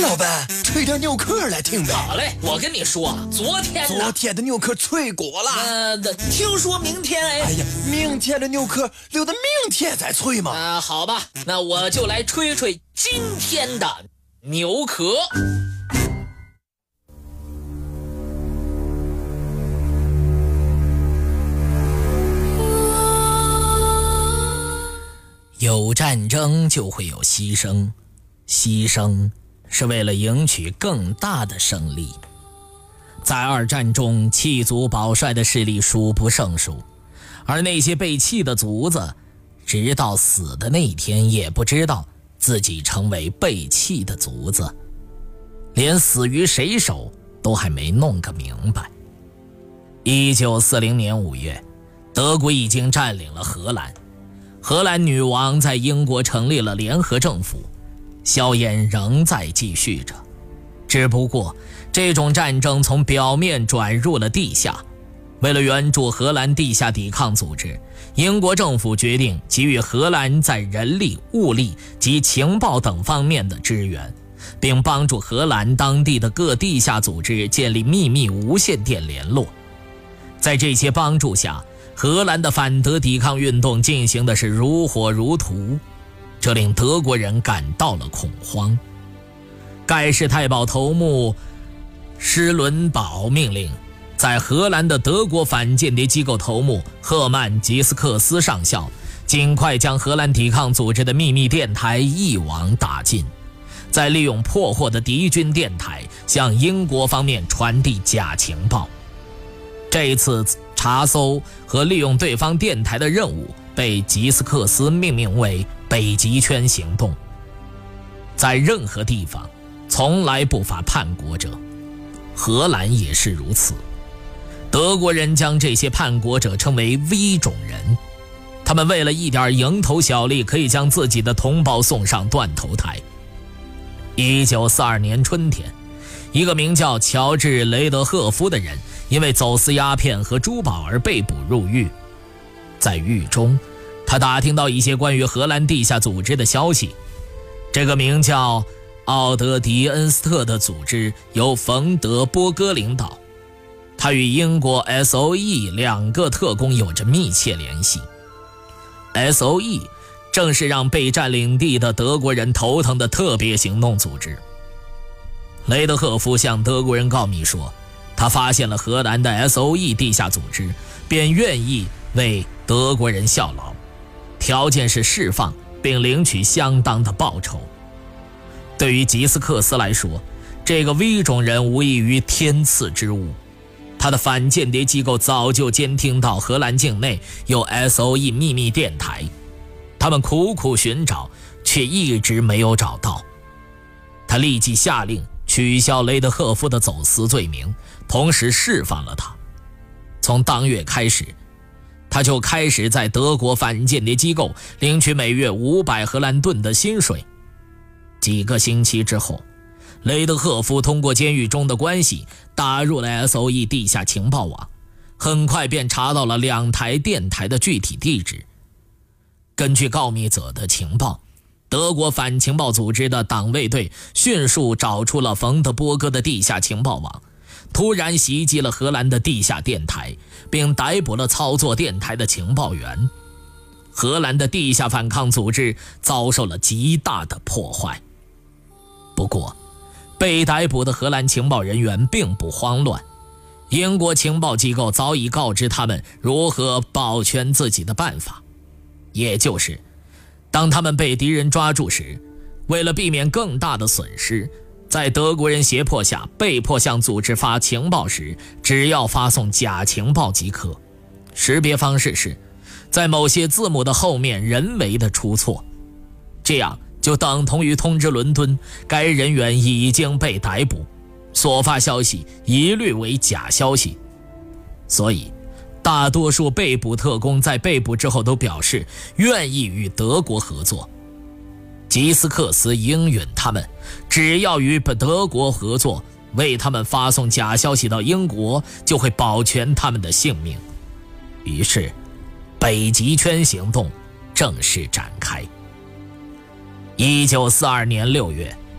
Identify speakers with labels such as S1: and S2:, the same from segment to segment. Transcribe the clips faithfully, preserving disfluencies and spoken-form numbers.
S1: 老板，吹点牛壳来听呗。
S2: 好嘞，我跟你说，昨天呢
S1: 昨天的牛壳脆果了。
S2: 呃，听说明天哎。
S1: 哎呀，明天的牛壳留到明天再吹嘛。
S2: 啊、呃，好吧，那我就来吹吹今天的牛壳。有战争就会有牺牲，牺牲是为了赢取更大的胜利。在二战中，弃卒保帅的势力数不胜数，而那些被弃的卒子，直到死的那一天也不知道自己成为被弃的卒子，连死于谁手都还没弄个明白。一九四零年五月，德国已经占领了荷兰，荷兰女王在英国成立了联合政府，硝烟仍在继续着，只不过这种战争从表面转入了地下。为了援助荷兰地下抵抗组织，英国政府决定给予荷兰在人力、物力及情报等方面的支援，并帮助荷兰当地的各地下组织建立秘密无线电联络。在这些帮助下，荷兰的反德抵抗运动进行的是如火如荼，这令德国人感到了恐慌。盖世太保头目施伦堡命令在荷兰的德国反间谍机构头目赫曼吉斯克斯上校尽快将荷兰抵抗组织的秘密电台一网打尽，再利用破获的敌军电台向英国方面传递假情报。这次查搜和利用对方电台的任务被吉斯克斯命名为北极圈行动。在任何地方从来不乏叛国者，荷兰也是如此。德国人将这些叛国者称为 V 种人，他们为了一点蝇头小利，可以将自己的同胞送上断头台。一九四二年春天，一个名叫乔治·雷德赫夫的人因为走私鸦片和珠宝而被捕入狱。在狱中，他打听到一些关于荷兰地下组织的消息。这个名叫奥德迪恩斯特的组织由冯德波戈领导，他与英国 S O E 两个特工有着密切联系。 S O E 正是让被占领地的德国人头疼的特别行动组织。雷德赫夫向德国人告密说，他发现了荷兰的 S O E 地下组织，便愿意为德国人效劳，条件是释放并领取相当的报酬。对于吉斯克斯来说，这个 V 种人无异于天赐之物。他的反间谍机构早就监听到荷兰境内有 S O E 秘密电台，他们苦苦寻找，却一直没有找到。他立即下令取消雷德赫夫的走私罪名，同时释放了他。从当月开始，他就开始在德国反间谍机构领取每月五百荷兰盾的薪水。几个星期之后，雷德赫夫通过监狱中的关系打入了 S O E 地下情报网，很快便查到了两台电台的具体地址。根据告密者的情报，德国反情报组织的党卫队迅速找出了冯德波戈的地下情报网，突然袭击了荷兰的地下电台，并逮捕了操作电台的情报员。荷兰的地下反抗组织遭受了极大的破坏。不过被逮捕的荷兰情报人员并不慌乱，英国情报机构早已告知他们如何保全自己的办法，也就是当他们被敌人抓住时，为了避免更大的损失，在德国人胁迫下被迫向组织发情报时，只要发送假情报即可。识别方式是在某些字母的后面人为的出错，这样就等同于通知伦敦该人员已经被逮捕，所发消息一律为假消息。所以大多数被捕特工在被捕之后都表示愿意与德国合作。吉斯克斯应允他们，只要与德国合作，为他们发送假消息到英国，就会保全他们的性命。于是北极圈行动正式展开。一九四二年六月，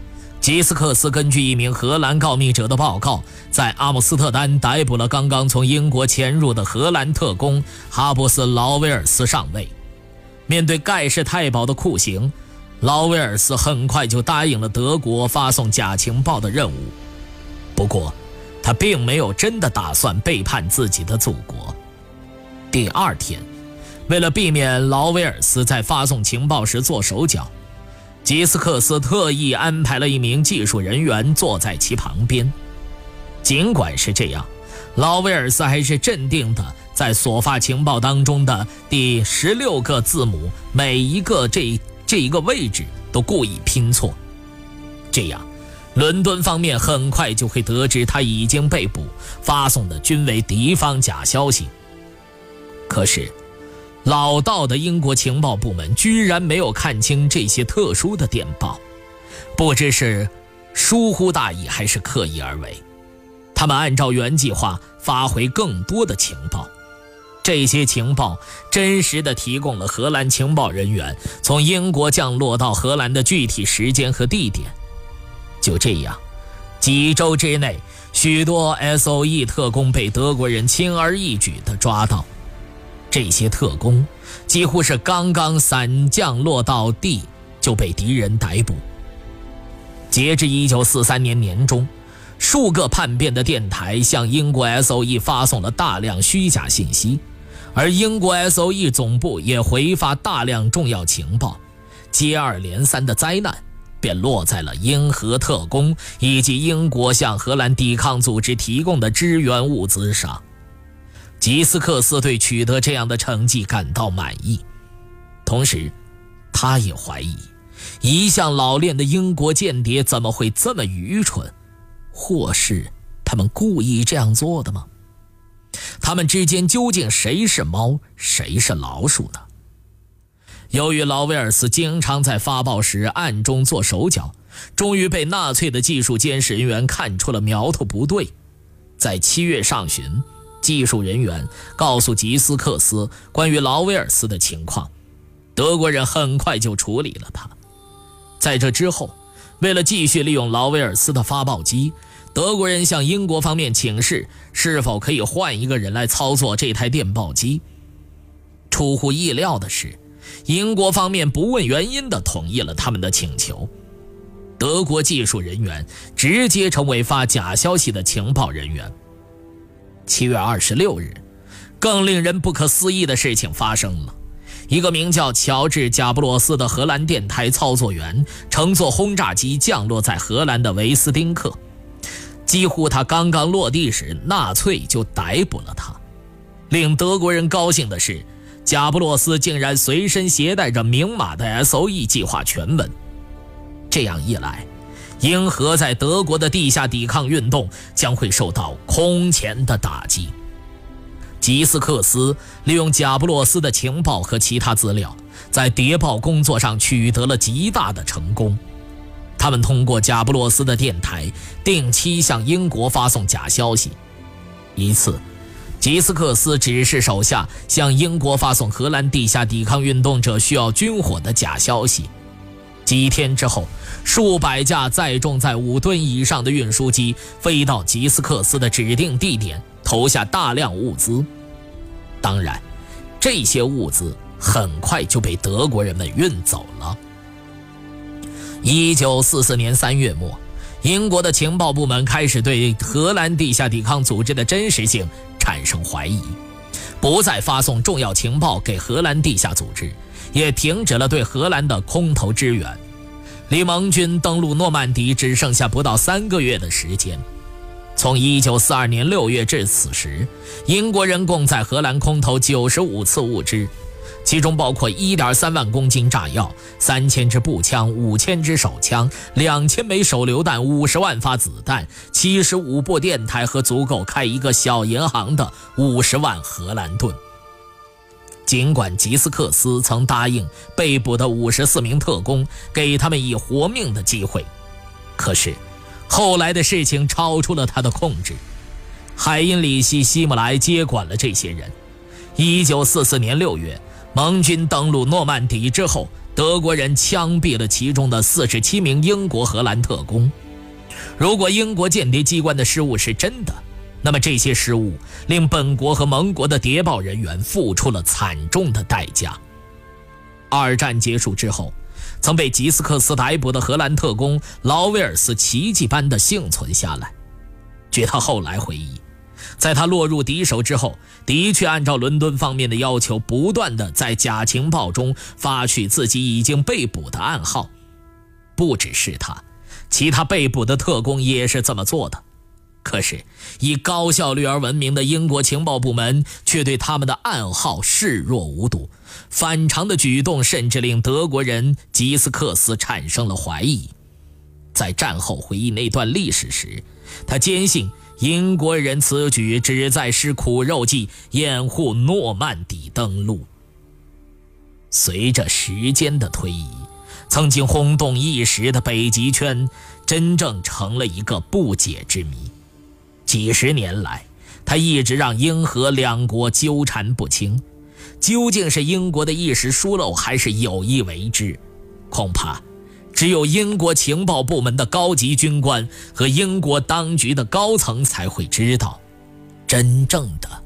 S2: 吉斯克斯根据一名荷兰告密者的报告，在阿姆斯特丹逮捕了刚刚从英国潜入的荷兰特工哈布斯·劳威尔斯上尉。面对盖世太保的酷刑，劳威尔斯很快就答应了德国发送假情报的任务。不过他并没有真的打算背叛自己的祖国。第二天，为了避免劳威尔斯在发送情报时做手脚，吉斯克斯特意安排了一名技术人员坐在其旁边。尽管是这样，劳威尔斯还是镇定地在所发情报当中的第十六个字母每一个这这一个位置都故意拼错。这样，伦敦方面很快就会得知他已经被捕，发送的均为敌方假消息。可是老道的英国情报部门居然没有看清这些特殊的电报，不知是疏忽大意还是刻意而为。他们按照原计划发回更多的情报，这些情报真实地提供了荷兰情报人员从英国降落到荷兰的具体时间和地点。就这样，几周之内，许多 S O E 特工被德国人轻而易举地抓到。这些特工几乎是刚刚伞降落到地就被敌人逮捕。截至一九四三年年中，数个叛变的电台向英国 S O E 发送了大量虚假信息，而英国 S O E 总部也回发大量重要情报，接二连三的灾难便落在了英荷特工以及英国向荷兰抵抗组织提供的支援物资上。吉斯克斯对取得这样的成绩感到满意，同时他也怀疑一向老练的英国间谍怎么会这么愚蠢，或是他们故意这样做的吗？他们之间究竟谁是猫，谁是老鼠呢？由于劳威尔斯经常在发报时暗中做手脚，终于被纳粹的技术监视人员看出了苗头不对。在七月上旬，技术人员告诉吉斯克斯关于劳威尔斯的情况，德国人很快就处理了他。在这之后，为了继续利用劳威尔斯的发报机，德国人向英国方面请示是否可以换一个人来操作这台电报机。出乎意料的是，英国方面不问原因地同意了他们的请求。德国技术人员直接成为发假消息的情报人员。七月二十六日，更令人不可思议的事情发生了。一个名叫乔治·贾布洛斯的荷兰电台操作员乘坐轰炸机降落在荷兰的维斯丁克。几乎他刚刚落地时，纳粹就逮捕了他。令德国人高兴的是，贾布洛斯竟然随身携带着明码的 S O E 计划全文。这样一来，英荷在德国的地下抵抗运动将会受到空前的打击。吉斯克斯利用贾布洛斯的情报和其他资料，在谍报工作上取得了极大的成功。他们通过贾布洛斯的电台定期向英国发送假消息。一次，吉斯克斯指示手下向英国发送荷兰地下抵抗运动者需要军火的假消息。几天之后，数百架载重在五吨以上的运输机飞到吉斯克斯的指定地点，投下大量物资。当然，这些物资很快就被德国人们运走了。一九四四年三月末，英国的情报部门开始对荷兰地下抵抗组织的真实性产生怀疑，不再发送重要情报给荷兰地下组织，也停止了对荷兰的空投支援。离盟军登陆诺曼底只剩下不到三个月的时间。从一九四二年六月至此时，英国人共在荷兰空投九十五次物资，其中包括 一点三万公斤炸药、三千支步枪、五千支手枪、两千枚手榴弹、五十万发子弹、七十五部电台和足够开一个小银行的五十万荷兰盾。尽管吉斯克斯曾答应被捕的五十四名特工给他们以活命的机会，可是后来的事情超出了他的控制。海因里希·希姆莱接管了这些人。一九四四年六月，盟军登陆诺曼底之后， 德国人枪毙了其中的四十七名英国荷兰特工。如果英国间谍机关的失误是真的，那么这些失误令本国和盟国的谍报人员付出了惨重的代价。二战结束之后，曾被吉斯克斯逮捕的荷兰特工劳威尔斯奇迹般的幸存下来。据他后来回忆，在他落入敌手之后，的确按照伦敦方面的要求，不断地在假情报中发去自己已经被捕的暗号。不只是他，其他被捕的特工也是这么做的。可是以高效率而闻名的英国情报部门却对他们的暗号视若无睹，反常的举动甚至令德国人吉斯克斯产生了怀疑。在战后回忆那段历史时，他坚信英国人此举旨在施苦肉计，掩护诺曼底登陆。随着时间的推移，曾经轰动一时的北极圈真正成了一个不解之谜。几十年来，他一直让英荷两国纠缠不清，究竟是英国的一时疏漏，还是有意为之？恐怕只有英国情报部门的高级军官和英国当局的高层才会知道真正的